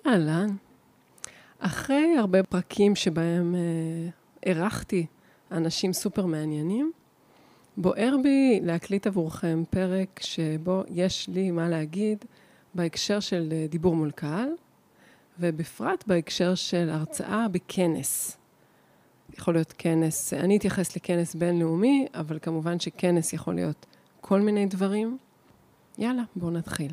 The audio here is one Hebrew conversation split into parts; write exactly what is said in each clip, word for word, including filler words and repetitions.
אהלן. אחרי הרבה פרקים שבהם אה, ערכתי אנשים סופר מעניינים, בוער בי להקליט עבורכם פרק שבו יש לי מה להגיד בהקשר של דיבור מול קהל, ובפרט בהקשר של הרצאה בכנס. יכול להיות כנס, אני אתייחס לכנס בינלאומי, אבל כמובן שכנס יכול להיות כל מיני דברים. יאללה, בואו נתחיל.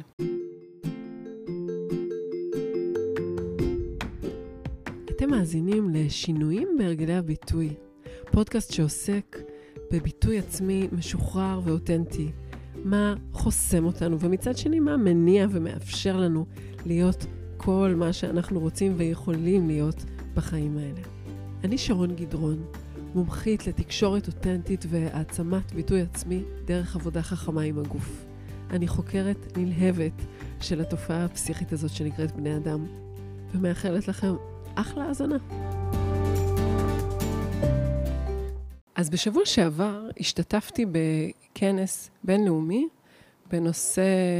אתם מאזינים לשינויים בהרגלי הביטוי, פודקאסט שעוסק בביטוי עצמי משוחרר ואותנטי, מה חוסם אותנו, ומצד שני מה מניע ומאפשר לנו להיות כל מה שאנחנו רוצים ויכולים להיות בחיים האלה. אני שרון גדרון, מומחית לתקשורת אותנטית והעצמת ביטוי עצמי דרך עבודה חכמה עם הגוף. אני חוקרת נלהבת של התופעה הפסיכית הזאת שנקראת בני אדם, ומאחלת לכם אחלה האזנה. אז בשבוע שעבר השתתפתי בכנס בינלאומי בנושא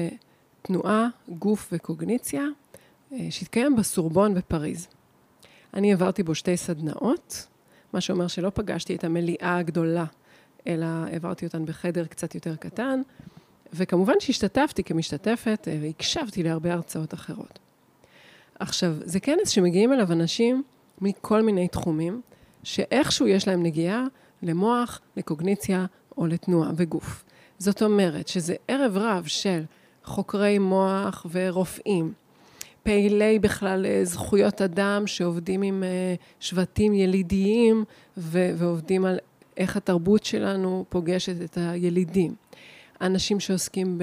תנועה, גוף וקוגניציה, שהתקיים בסורבון בפריז. אני עברתי בו שתי סדנאות, מה שאומר שלא פגשתי את המליאה הגדולה, אלא עברתי אותן בחדר קצת יותר קטן, וכמובן שהשתתפתי כמשתתפת והקשבתי להרבה הרצאות אחרות. עכשיו, זה כנס שמגיעים אליו אנשים מכל מיני תחומים, שאיכשהו יש להם נגיעה למוח, לקוגניציה או לתנועה וגוף. זאת אומרת שזה ערב רב של חוקרי מוח ורופאים, פעילי בכלל זכויות אדם שעובדים עם שבטים ילידיים ו- ועובדים על איך התרבות שלנו פוגשת את הילידים. אנשים שעוסקים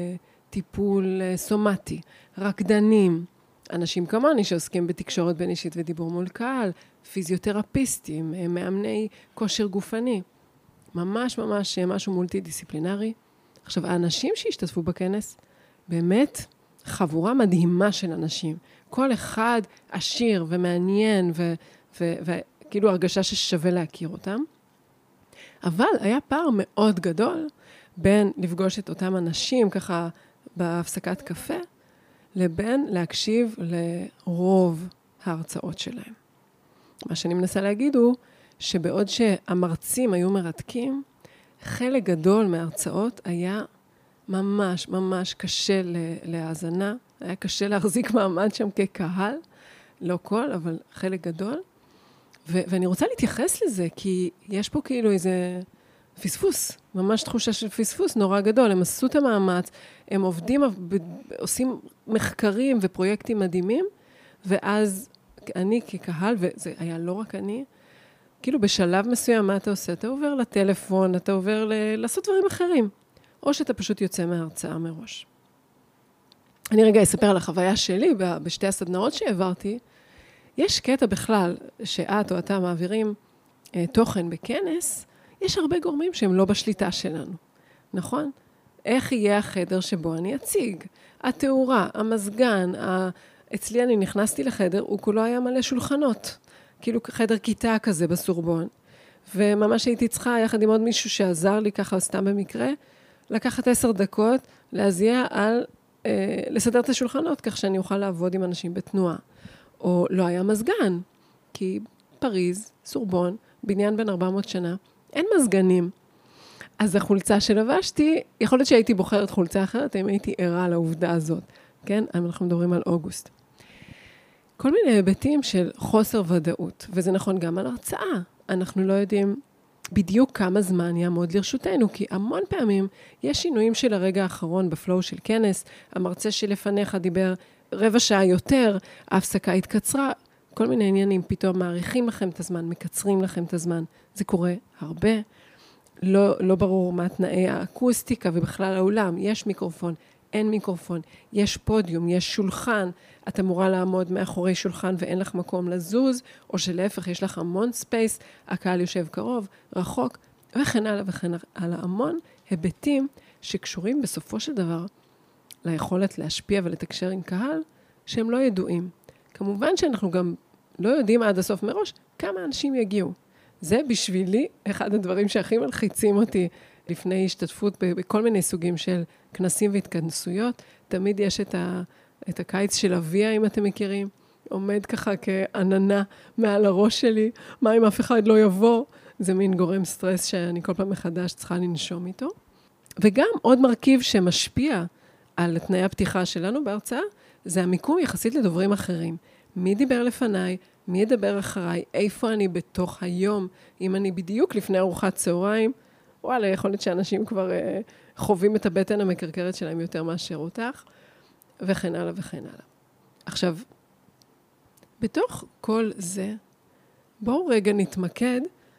בטיפול סומטי, רקדנים, אנשים כמוני שעוסקים בתקשורת בין אישית ודיבור מול קהל, פיזיותרפיסטים, מאמני כושר גופני. ממש ממש משהו מולטי-דיסציפלינרי. עכשיו, האנשים שהשתתפו בכנס, באמת חבורה מדהימה של אנשים. כל אחד עשיר ומעניין, וכאילו הרגשה ששווה להכיר אותם. אבל היה פער מאוד גדול בין לפגוש את אותם אנשים ככה בהפסקת קפה, לבין להקשיב לרוב ההרצאות שלהם. מה שאני מנסה להגיד הוא שבעוד שהמרצים היו מרתקים, חלק גדול מההרצאות היה ממש ממש קשה להאזנה, היה קשה להחזיק מעמד שם כקהל, לא כל, אבל חלק גדול. ו- ואני רוצה להתייחס לזה, כי יש פה כאילו איזה פספוס, ממש תחושה של פספוס נורא גדול. הם עשו את המאמץ, הם עובדים, עושים מחקרים ופרויקטים מדהימים, ואז אני כקהל, וזה היה לא רק אני, כאילו בשלב מסוים מה אתה עושה? אתה עובר לטלפון, אתה עובר ל- לעשות דברים אחרים, או שאתה פשוט יוצא מההרצאה מראש. אני רגע אספר על החוויה שלי בשתי הסדנאות שהעברתי. יש קטע בכלל שאת או אתה מעבירים אה, תוכן בכנס, יש הרבה גורמים שהם לא בשליטה שלנו, נכון? איך יהיה החדר שבו אני אציג? התאורה, המזגן, ה... אצלי אני נכנסתי לחדר, הוא כולו היה מלא שולחנות, כאילו חדר כיתה כזה בסורבון, וממש הייתי צריכה, יחד עם עוד מישהו שעזר לי ככה, סתם במקרה, לקחת עשר דקות, להזיע על, אה, לסדר את השולחנות, כך שאני אוכל לעבוד עם אנשים בתנועה. או לא היה מזגן, כי פריז, סורבון, בניין בין ארבע מאות שנה, אין מזגנים. אז החולצה שלבשתי, יכול להיות שהייתי בוחרת חולצה אחרת, אם הייתי ערה לעובדה הזאת. כן? אנחנו מדברים על אוגוסט. כל מיני היבטים של חוסר ודאות, וזה נכון גם על הרצאה. אנחנו לא יודעים בדיוק כמה זמן יעמוד לרשותנו, כי המון פעמים יש שינויים של הרגע האחרון בפלואו של כנס, המרצה שלפניך דיבר רבע שעה יותר, ההפסקה התקצרה, כל מיני עניינים, פתאום מעריכים לכם את הזמן, מקצרים לכם את הזמן, זה קורה הרבה. לא, לא ברור מה תנאי האקוסטיקה ובכלל העולם, יש מיקרופון, אין מיקרופון, יש פודיום, יש שולחן, את אמורה לעמוד מאחורי שולחן ואין לך מקום לזוז, או שלהפך יש לך המון ספייס, הקהל יושב קרוב, רחוק, וכן הלאה וכן הלאה, המון היבטים שקשורים בסופו של דבר ליכולת להשפיע ולתקשר עם קהל, שהם לא ידועים. כמובן שאנחנו גם לא יודעים עד הסוף מראש כמה אנשים יגיעו. זה בשבילי אחד הדברים שהכי מלחיצים אותי לפני השתתפות בכל מיני סוגים של כנסים והתכנסויות. תמיד יש את, ה, את הקיץ של אביה, אם אתם מכירים, עומד ככה כעננה מעל הראש שלי, מה אם אף אחד לא יבוא? זה מין גורם סטרס שאני כל פעם מחדש צריכה לנשום איתו. וגם עוד מרכיב שמשפיע על תנאי הפתיחה שלנו בהרצאה, זה המיקום יחסית לדוברים אחרים. מי דיבר לפניי, מי ידבר אחריי, איפה אני בתוך היום, אם אני בדיוק לפני ארוחת צהריים, וואלה, יכול להיות שאנשים כבר אה, חווים את הבטן המקרקרת שלהם יותר מאשר אותך, וכן הלאה וכן הלאה. עכשיו, בתוך כל זה, בואו רגע נתמקד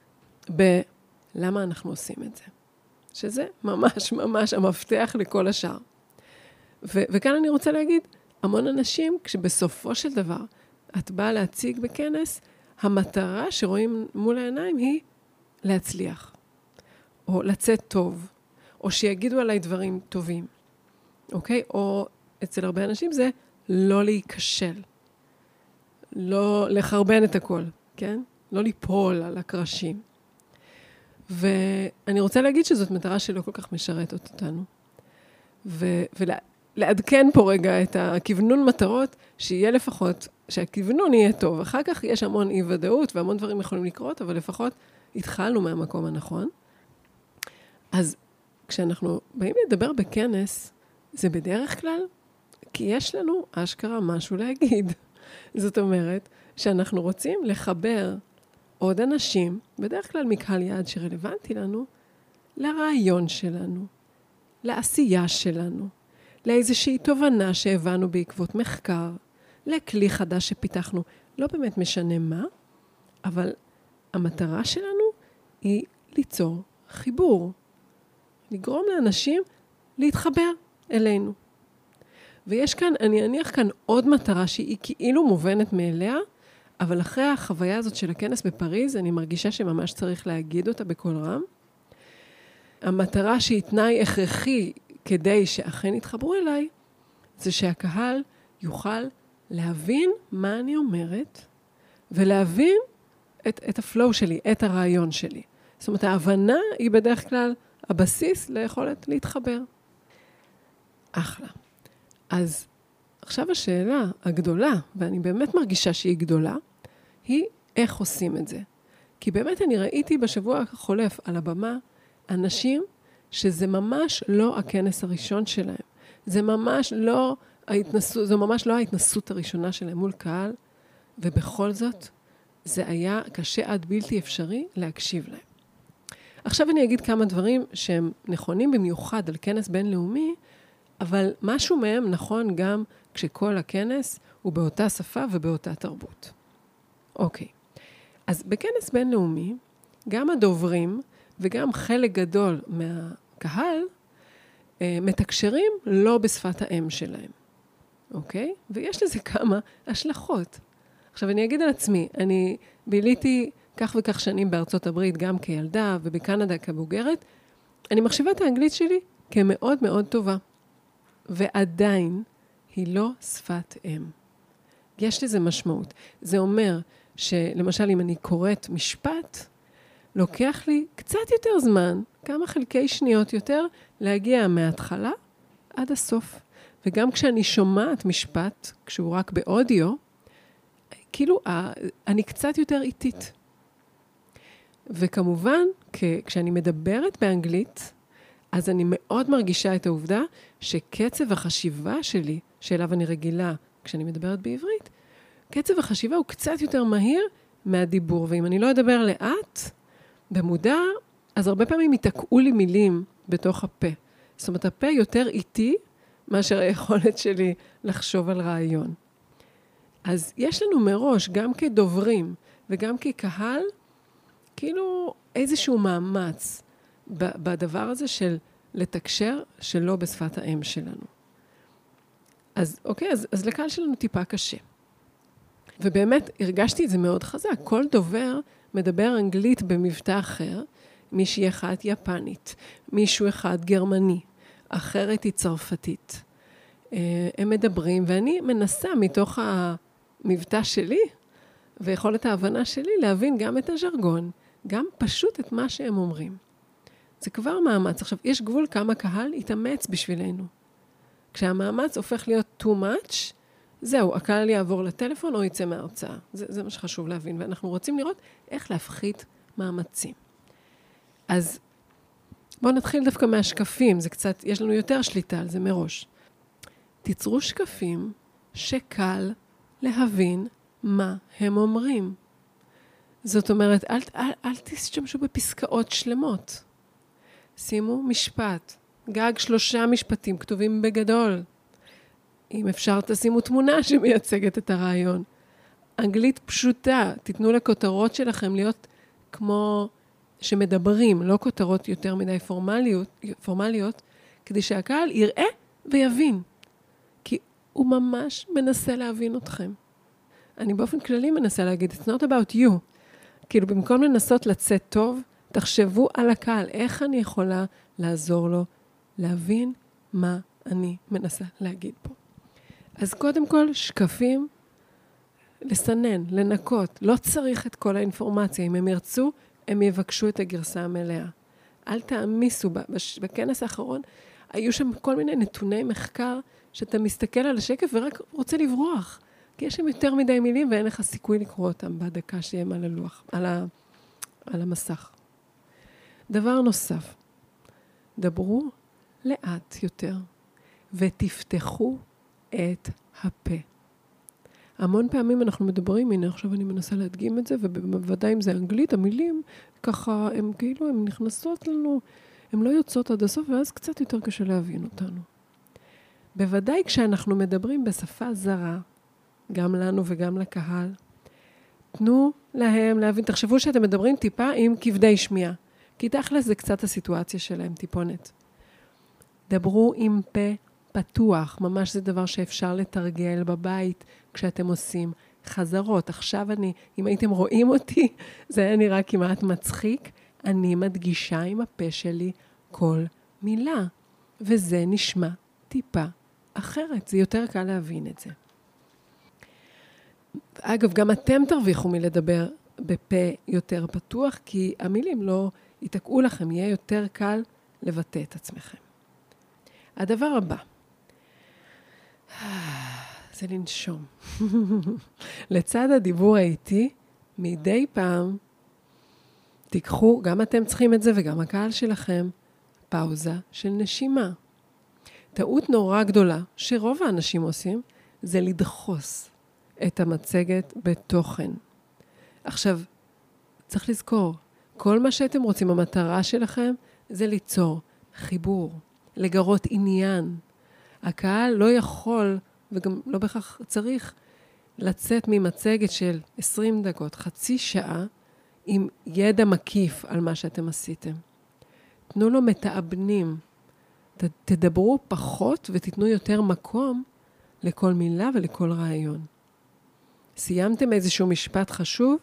בלמה אנחנו עושים את זה. שזה ממש ממש המפתח לכל השאר. ו- וכאן אני רוצה להגיד, המון אנשים, כשבסופו של דבר את באה להציג בכנס, המטרה שרואים מול העיניים היא להצליח, או לצאת טוב, או שיגידו עליי דברים טובים, אוקיי? או אצל הרבה אנשים זה לא להיכשל, לא לחרבן את הכל, כן? לא ליפול על הקרשים. ואני רוצה להגיד שזאת מטרה שלא כל כך משרתת אותנו. ו- ולעדכן פה רגע את הכיוונון מטרות, שיהיה לפחות, שהכיוונון יהיה טוב. אחר כך יש המון אי ודאות, והמון דברים יכולים לקרות, אבל לפחות התחלנו מהמקום הנכון. אז כשאנחנו באים לדבר בכנס, זה בדרך כלל, כי יש לנו אשכרה משהו להגיד. זאת אומרת, שאנחנו רוצים לחבר עוד אנשים, בדרך כלל מקהל יעד שרלוונטי לנו, לרעיון שלנו, לעשייה שלנו, לאיזושהי תובנה שהבנו בעקבות מחקר, לכלי חדש שפיתחנו, לא באמת משנה מה, אבל המטרה שלנו היא ליצור חיבור, לגרום לאנשים להתחבר אלינו. ויש כאן, אני אניח כאן עוד מטרה שהיא כאילו מובנת מאליה, אבל אחרי החוויה הזאת של הכנס בפריז, אני מרגישה שממש צריך להגיד אותה בכל רם. המטרה שהיא תנאי הכרחי כדי שאכן יתחברו אליי, זה שהקהל יוכל להבין מה אני אומרת, ולהבין את, את הפלואו שלי, את הרעיון שלי. זאת אומרת, ההבנה היא בדרך כלל הבסיס ליכולת להתחבר. אחלה. אז עכשיו השאלה הגדולה, ואני באמת מרגישה שהיא גדולה, היא איך עושים את זה. כי באמת אני ראיתי בשבוע החולף על הבמה אנשים שזה ממש לא הכנס הראשון שלהם. זה ממש לא ההתנסות, זו ממש לא ההתנסות הראשונה שלהם מול קהל, ובכל זאת זה היה קשה עד בלתי אפשרי להקשיב להם. עכשיו אני אגיד כמה דברים שהם נכונים במיוחד על כנס בינלאומי, אבל משהו מהם נכון גם כשכל הכנס הוא באותה שפה ובאותה תרבות. אוקיי, אז בכנס בינלאומי, גם הדוברים וגם חלק גדול מהקהל אה, מתקשרים לא בשפת האם שלהם. אוקיי? ויש לזה כמה השלכות. עכשיו אני אגיד על עצמי, אני ביליתי כך וכך שנים בארצות הברית, גם כילדה ובקנדה כבוגרת, אני מחשיבה את האנגלית שלי כמאוד מאוד טובה. ועדיין היא לא שפת אם. יש לזה משמעות. זה אומר שלמשל אם אני קוראת משפט, לוקח לי קצת יותר זמן, כמה חלקי שניות יותר, להגיע מההתחלה עד הסוף. וגם כשאני שומעת משפט, כשהוא רק באודיו, כאילו אני קצת יותר איטית. וכמובן, כשאני מדברת באנגלית, אז אני מאוד מרגישה את העובדה שקצב החשיבה שלי, שאליו אני רגילה כשאני מדברת בעברית, קצב החשיבה הוא קצת יותר מהיר מהדיבור. ואם אני לא אדבר לאט, במודע, אז הרבה פעמים יתקעו לי מילים בתוך הפה. זאת אומרת, הפה יותר איטי מאשר היכולת שלי לחשוב על רעיון. אז יש לנו מראש, גם כדוברים וגם כקהל, כאילו איזשהו מאמץ בדבר הזה של לתקשר שלא בשפת האם שלנו. אז אוקיי, אז, אז לקהל שלנו טיפה קשה. ובאמת הרגשתי את זה מאוד חזק. כל דובר מדבר אנגלית במבטא אחר, מישהי אחת יפנית, מישהו אחד גרמני, אחרת היא צרפתית. הם מדברים, ואני מנסה מתוך המבטא שלי, ויכולת ההבנה שלי להבין גם את הז'רגון, גם פשוט את מה שהם אומרים. זה כבר מאמץ. עכשיו, יש גבול כמה קהל יתאמץ בשבילנו. כשהמאמץ הופך להיות too much, זהו, הקהל יעבור לטלפון או יצא מההרצאה. זה, זה מה שחשוב להבין, ואנחנו רוצים לראות איך להפחית מאמצים. אז בואו נתחיל דווקא מהשקפים, זה קצת, יש לנו יותר שליטה על זה מראש. תיצרו שקפים שקל להבין מה הם אומרים. זאת אומרת, אל, אל, אל תשתמשו בפסקאות שלמות. שימו משפט, גג שלושה משפטים כתובים בגדול. אם אפשר תשימו תמונה שמייצגת את הרעיון. אנגלית פשוטה, תיתנו לכותרות שלכם להיות כמו שמדברים, לא כותרות יותר מדי פורמליות, פורמליות, כדי שהקהל יראה ויבין. כי הוא ממש מנסה להבין אתכם. אני באופן כללי מנסה להגיד, it's not about you. כאילו במקום לנסות לצאת טוב, תחשבו על הקהל, איך אני יכולה לעזור לו להבין מה אני מנסה להגיד פה. אז קודם כל, שקפים, לסנן, לנקות. לא צריך את כל האינפורמציה. אם הם ירצו, הם יבקשו את הגרסה המלאה. אל תעמיסו. בכנס האחרון, היו שם כל מיני נתוני מחקר, שאתה מסתכל על השקף ורק רוצה לברוח. כי יש שם יותר מדי מילים, ואין לך סיכוי לקרוא אותם בדקה שהם על הלוח, על, ה, על המסך. דבר נוסף, דברו לאט יותר, ותפתחו את הפה. המון פעמים אנחנו מדברים, הנה עכשיו אני מנסה להדגים את זה, ובוודאי אם זה אנגלית, המילים ככה, הם כאילו, הן נכנסות לנו, הן לא יוצאות עד הסוף, ואז קצת יותר קשה להבין אותנו. בוודאי כשאנחנו מדברים בשפה זרה, גם לנו וגם לקהל, תנו להם להבין, תחשבו שאתם מדברים טיפה עם כבדי שמיעה, כי תכלס זה קצת הסיטואציה שלהם, טיפונת. דברו עם פה פתוח, ממש זה דבר שאפשר לתרגל בבית כשאתם עושים חזרות. עכשיו אני, אם הייתם רואים אותי, זה היה נראה כמעט מצחיק, אני מדגישה עם הפה שלי כל מילה, וזה נשמע טיפה אחרת, זה יותר קל להבין את זה. אגב, גם אתם תרוויחו מלדבר בפה יותר פתוח, כי המילים לא יתקעו לכם, יהיה יותר קל לבטא את עצמכם. הדבר הבא, זה לנשום. לצד הדיבור האיטי, מדי פעם, תיקחו, גם אתם צריכים את זה וגם הקהל שלכם, פאוזה של נשימה. טעות נורא גדולה, שרוב האנשים עושים, זה לדחוס את המצגת בתוכן. עכשיו, צריך לזכור, כל מה שאתם רוצים, המטרה שלכם, זה ליצור חיבור, לגרות עניין. הקהל לא יכול, וגם לא בכך צריך, לצאת ממצגת של עשרים דקות, חצי שעה, עם ידע מקיף על מה שאתם עשיתם. תנו לו מתאבנים. ת, תדברו פחות ותיתנו יותר מקום לכל מילה ולכל רעיון. סיימתם איזשהו משפט חשוב?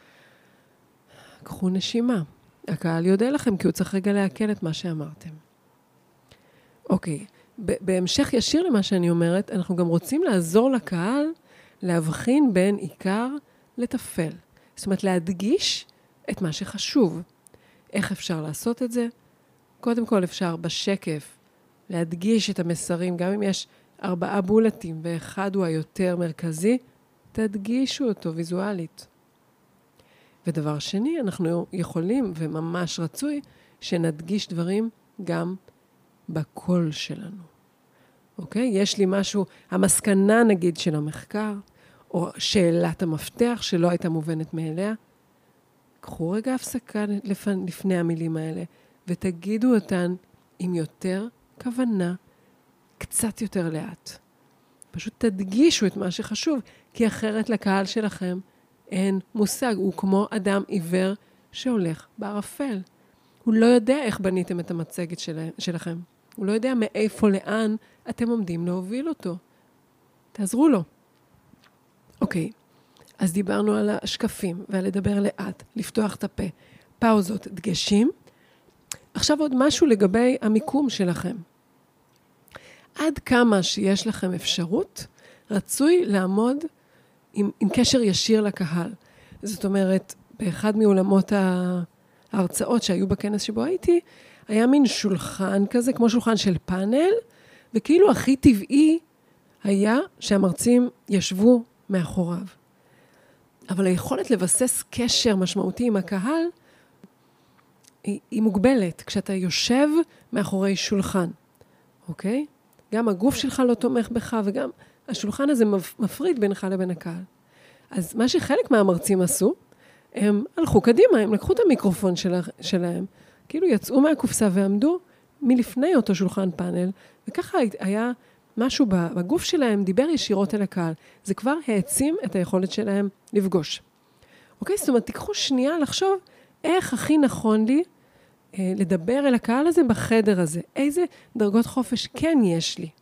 קחו נשימה. הקהל יודע לכם כי הוא צריך רגע להקל את מה שאמרתם. אוקיי, בהמשך ישיר למה שאני אומרת, אנחנו גם רוצים לעזור לקהל להבחין בין עיקר לטפל. זאת אומרת, להדגיש את מה שחשוב. איך אפשר לעשות את זה? קודם כל אפשר בשקף להדגיש את המסרים, גם אם יש ארבעה בולטים ואחד הוא היותר מרכזי, תדגישו אותו ויזואלית. ודבר שני, אנחנו יכולים וממש רצוי שנדגיש דברים גם בקול שלנו. אוקיי? יש לי משהו, המסקנה נגיד של המחקר, או שאלת המפתח שלא הייתה מובנת מאליה, קחו רגע הפסקה לפני המילים האלה, ותגידו אותן עם יותר כוונה, קצת יותר לאט. פשוט תדגישו את מה שחשוב, כי אחרת לקהל שלכם אין מושג. הוא כמו אדם עיוור שהולך בערפל. הוא לא יודע איך בניתם את המצגת של, שלכם. הוא לא יודע מאיפה לאן אתם עומדים להוביל אותו. תעזרו לו. אוקיי, אז דיברנו על השקפים ועל לדבר לאט, לפתוח את הפה, פאוזות, דגשים. עכשיו עוד משהו לגבי המיקום שלכם. עד כמה שיש לכם אפשרות, רצוי לעמוד עם, עם קשר ישיר לקהל. זאת אומרת, באחד מעולמות ההרצאות שהיו בכנס שבו הייתי, היה מין שולחן כזה, כמו שולחן של פאנל, וכאילו הכי טבעי היה שהמרצים ישבו מאחוריו. אבל היכולת לבסס קשר משמעותי עם הקהל, היא, היא מוגבלת כשאתה יושב מאחורי שולחן, אוקיי? גם הגוף שלך לא תומך בך, וגם השולחן הזה מפריד בינך לבין הקהל. אז מה שחלק מהמרצים עשו, הם הלכו קדימה, הם לקחו את המיקרופון שלה, שלהם, כאילו יצאו מהקופסה ועמדו מלפני אותו שולחן פאנל, וככה היה משהו בגוף שלהם, דיבר ישירות אל הקהל. זה כבר העצים את היכולת שלהם לפגוש. אוקיי? זאת אומרת, תיקחו שנייה לחשוב איך הכי נכון לי אה, לדבר אל הקהל הזה בחדר הזה. איזה דרגות חופש כן יש לי.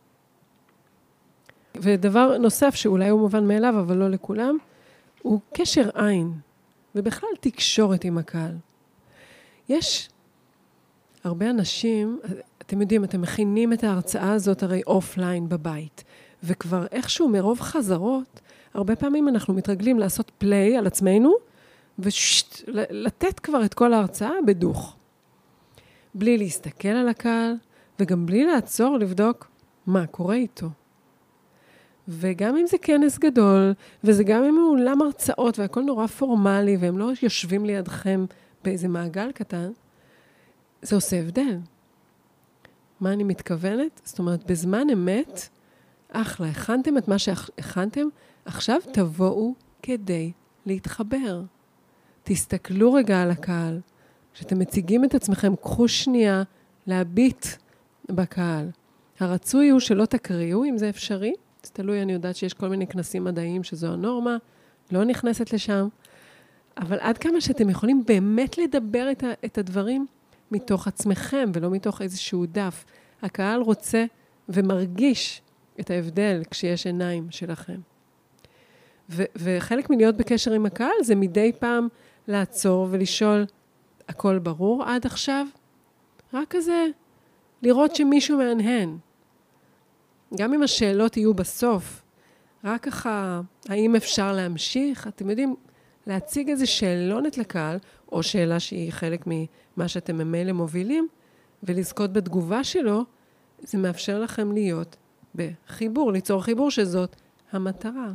ודבר נוסף שאולי הוא מובן מאליו, אבל לא לכולם, הוא קשר עין, ובכלל תקשורת עם הקהל. יש הרבה אנשים, אתם יודעים, אתם מכינים את ההרצאה הזאת הרי אופליין בבית, וכבר איכשהו מרוב חזרות, הרבה פעמים אנחנו מתרגלים לעשות פליי על עצמנו, ולתת כבר את כל ההרצאה בדוך. בלי להסתכל על הקהל, וגם בלי לעצור לבדוק מה קורה איתו. וגם אם זה כנס גדול, וזה גם אם הוא אולם הרצאות, והכל נורא פורמלי, והם לא יושבים לידכם באיזה מעגל קטן, זה עושה הבדל. מה אני מתכוונת? זאת אומרת, בזמן אמת, אחלה, הכנתם את מה שהכנתם, עכשיו תבואו כדי להתחבר. תסתכלו רגע על הקהל. כשאתם מציגים את עצמכם, קחו שנייה להביט בקהל. הרצוי הוא שלא תקריאו, אם זה אפשרי. זה תלוי, אני יודעת שיש כל מיני כנסים מדעיים שזו הנורמה, לא נכנסת לשם. אבל עד כמה שאתם יכולים באמת לדבר את, ה, את הדברים מתוך עצמכם, ולא מתוך איזשהו דף. הקהל רוצה ומרגיש את ההבדל כשיש עיניים שלכם. ו, וחלק מלהיות בקשר עם הקהל, זה מדי פעם לעצור ולשאול, הכל ברור עד עכשיו? רק כזה, לראות שמישהו מהנהן. גם אם השאלות יהיו בסוף, רק ככה, האם אפשר להמשיך? אתם יודעים, להציג איזה שאלונת לקהל, או שאלה שהיא חלק ממה שאתם ממילא מובילים, ולזכות בתגובה שלו, זה מאפשר לכם להיות בחיבור, ליצור חיבור שזאת המטרה.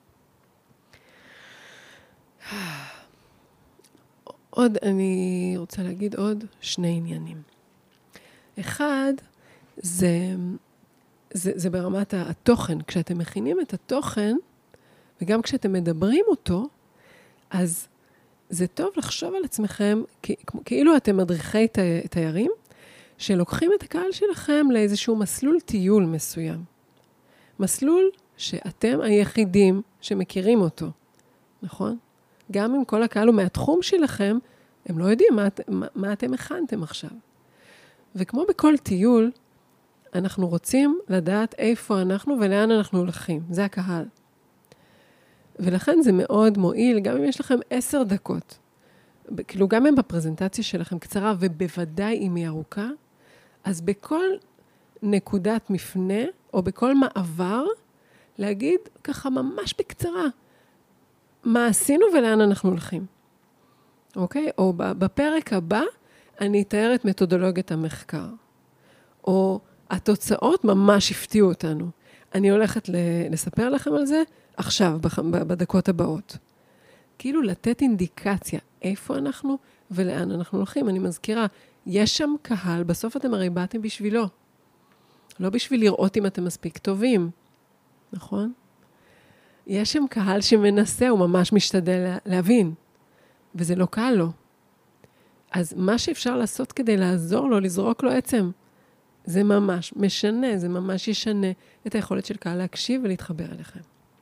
עוד, אני רוצה להגיד עוד שני עניינים. אחד, זה, זה, זה ברמת התוכן. כשאתם מכינים את התוכן, וגם כשאתם מדברים אותו, אז זה טוב לחשוב על עצמכם, כאילו אתם מדריכי תיירים, שלוקחים את הקהל שלכם לאיזשהו מסלול טיול מסוים. מסלול שאתם היחידים שמכירים אותו, נכון? גם אם כל הקהל הוא מהתחום שלכם, הם לא יודעים מה, מה, מה אתם הכנתם עכשיו. וכמו בכל טיול, אנחנו רוצים לדעת איפה אנחנו ולאן אנחנו הולכים. זה הקהל. ולכן זה מאוד מועיל, גם אם יש לכם עשר דקות. כאילו גם אם בפרזנטציה שלכם קצרה, ובוודאי אם היא ארוכה, אז בכל נקודת מפנה, או בכל מעבר, להגיד ככה ממש בקצרה, מה עשינו ולאן אנחנו הולכים. אוקיי? או בפרק הבא, אני אתאר את מתודולוגיית המחקר. או התוצאות ממש הפתיעו אותנו. אני הולכת לספר לכם על זה עכשיו, בדקות הבאות. כאילו לתת אינדיקציה איפה אנחנו ולאן אנחנו הולכים. אני מזכירה, יש שם קהל, בסוף אתם הרי באתם בשבילו. לא בשביל לראות אם אתם מספיק טובים. נכון? יש שם קהל שמנסה, הוא ממש משתדל להבין. וזה לא קל לו. אז מה שאפשר לעשות כדי לעזור לו, לזרוק לו עצם, זה ממש משנה, זה ממש ישנה את היכולת של קהל להקשיב ולהתחבר אליכם.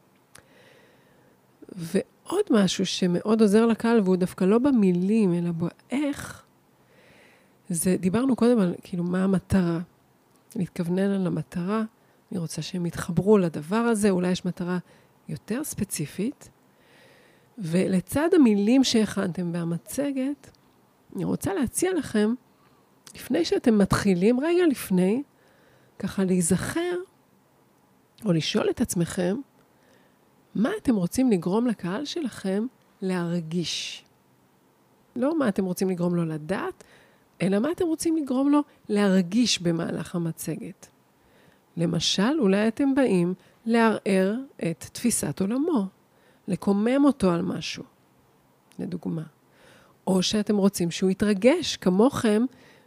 ועוד משהו שמאוד עוזר לקהל, והוא דווקא לא במילים, אלא באיך, זה, דיברנו קודם על כאילו מה המטרה. להתכוונן על המטרה, אני רוצה שהם יתחברו לדבר הזה, אולי יש מטרה יותר ספציפית, ולצד המילים שהכנתם במצגת, אני רוצה להציע לכם, לפני שאתם מתחילים, רגע לפני, ככה להיזכר, או לשאול את עצמכם, מה אתם רוצים לגרום לקהל שלכם להרגיש? לא מה אתם רוצים לגרום לו לדעת, אלא מה אתם רוצים לגרום לו להרגיש במהלך המצגת. למשל, אולי אתם באים לערער את תפיסת עולמו, לקומם אותו על משהו, לדוגמה. או שאתם רוצים שהוא יתרגש כמוכם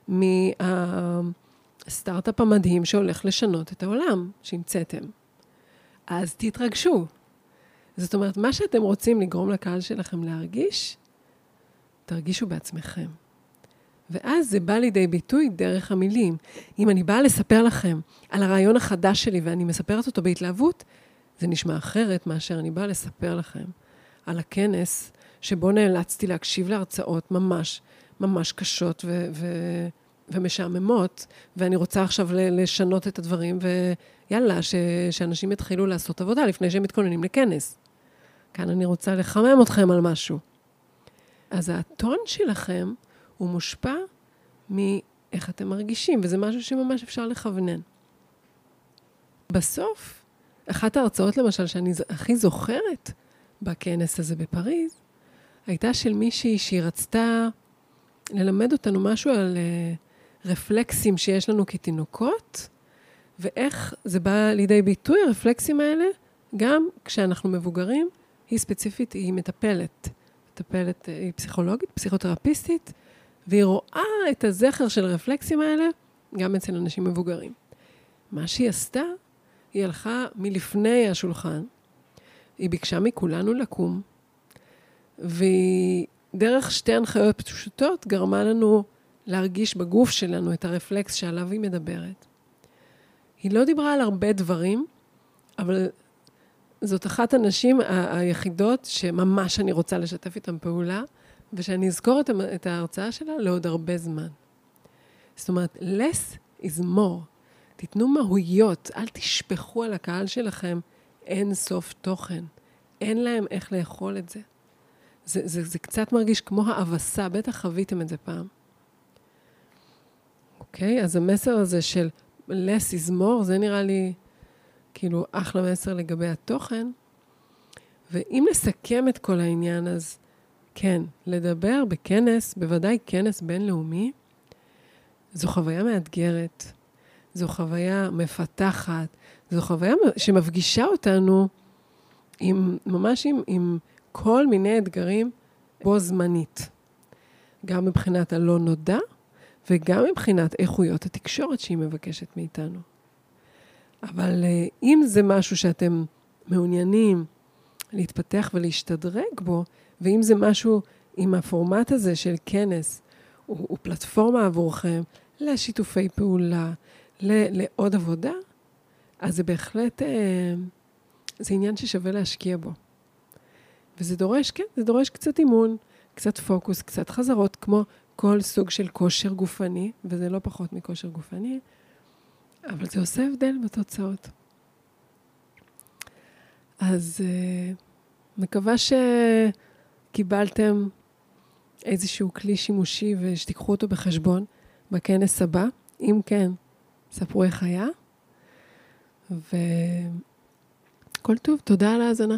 מהסטארט-אפ המדהים שהולך לשנות את העולם שהמצאתם. אז תתרגשו. זאת אומרת, מה שאתם רוצים לגרום לקהל שלכם להרגיש, תרגישו בעצמכם. ואז זה בא לידי ביטוי דרך המילים. אם אני באה לספר לכם על הרעיון החדש שלי ואני מספרת אותו בהתלהבות, זה נשמע אחרת מאשר אני באה לספר לכם על הכנס שבו נאלצתי להקשיב להרצאות ממש, ממש קשות ו- ו- ומשעממות, ואני רוצה עכשיו לשנות את הדברים, ויאללה, ש- שאנשים יתחילו לעשות עבודה לפני שהם מתכוננים לכנס. כאן אני רוצה לחמם אתכם על משהו. אז הטון שלכם הוא מושפע מאיך אתם מרגישים, וזה משהו שממש אפשר לכוונן. בסוף, אחת ההרצאות למשל שאני הכי זוכרת בכנס הזה בפריז, הייתה של מישהי שהיא רצתה ללמד אותנו משהו על uh, רפלקסים שיש לנו כתינוקות, ואיך זה בא לידי ביטוי, הרפלקסים האלה, גם כשאנחנו מבוגרים, היא ספציפית, היא מטפלת. מטפלת, היא פסיכולוגית, פסיכותרפיסטית, והיא רואה את הזכר של הרפלקסים האלה, גם אצל אנשים מבוגרים. מה שהיא עשתה, היא הלכה מלפני השולחן, היא ביקשה מכולנו לקום, והיא דרך שתי הנחיות פשוטות גרמה לנו להרגיש בגוף שלנו את הרפלקס שעליו היא מדברת. היא לא דיברה על הרבה דברים, אבל זאת אחת הנשים היחידות שממש אני רוצה לשתף איתם פעולה, ושאני אזכור את ההרצאה שלה לעוד הרבה זמן. זאת אומרת, less is more. תיתנו מהויות, אל תשפכו על הקהל שלכם אין סוף תוכן. אין להם איך לאכול את זה. זה, זה, זה קצת מרגיש כמו האבסה, בטח חוויתם את זה פעם. אוקיי? אז המסר הזה של less is more, זה נראה לי כאילו אחלה מסר לגבי התוכן. ואם נסכם את כל העניין, אז כן, לדבר בכנס, בוודאי כנס בינלאומי, זו חוויה מאתגרת, זו חוויה מפתחת, זו חוויה שמפגישה אותנו עם, ממש עם, עם כל מיני אתגרים בו זמנית. גם מבחינת הלא נודע, וגם מבחינת איכויות התקשורת שהיא מבקשת מאיתנו. אבל אם זה משהו שאתם מעוניינים להתפתח ולהשתדרג בו, ואם זה משהו עם הפורמט הזה של כנס, הוא, הוא פלטפורמה עבורכם לשיתופי פעולה, ל, לעוד עבודה, אז זה בהחלט, אה, זה עניין ששווה להשקיע בו. וזה דורש, כן, זה דורש קצת אימון, קצת פוקוס, קצת חזרות, כמו כל סוג של כושר גופני, וזה לא פחות מכושר גופני, אבל זה עושה הבדל בתוצאות. אז אה, מקווה שקיבלתם איזשהו כלי שימושי ושתיקחו אותו בחשבון בכנס הבא. אם כן, ספרו איך היה. וכל טוב, תודה על ההאזנה.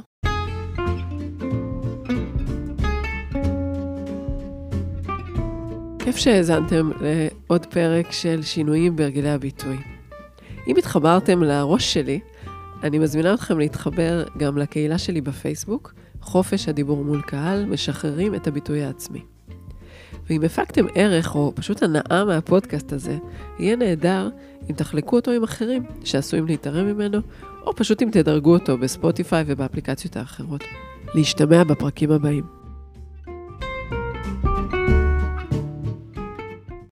כיף שהאזנתם לעוד פרק של שינויים בהרגלי הביטוי. אם התחברתם לראש שלי, אני מזמינה אתכם להתחבר גם לקהילה שלי בפייסבוק, חופש הדיבור מול קהל, משחררים את הביטוי העצמי. ואם הפקתם ערך או פשוט הנאה מהפודקאסט הזה, יהיה נהדר אם תחלקו אותו עם אחרים שעשויים להתערם ממנו, או פשוט אם תדרגו אותו בספוטיפיי ובאפליקציות האחרות. להשתמע בפרקים הבאים.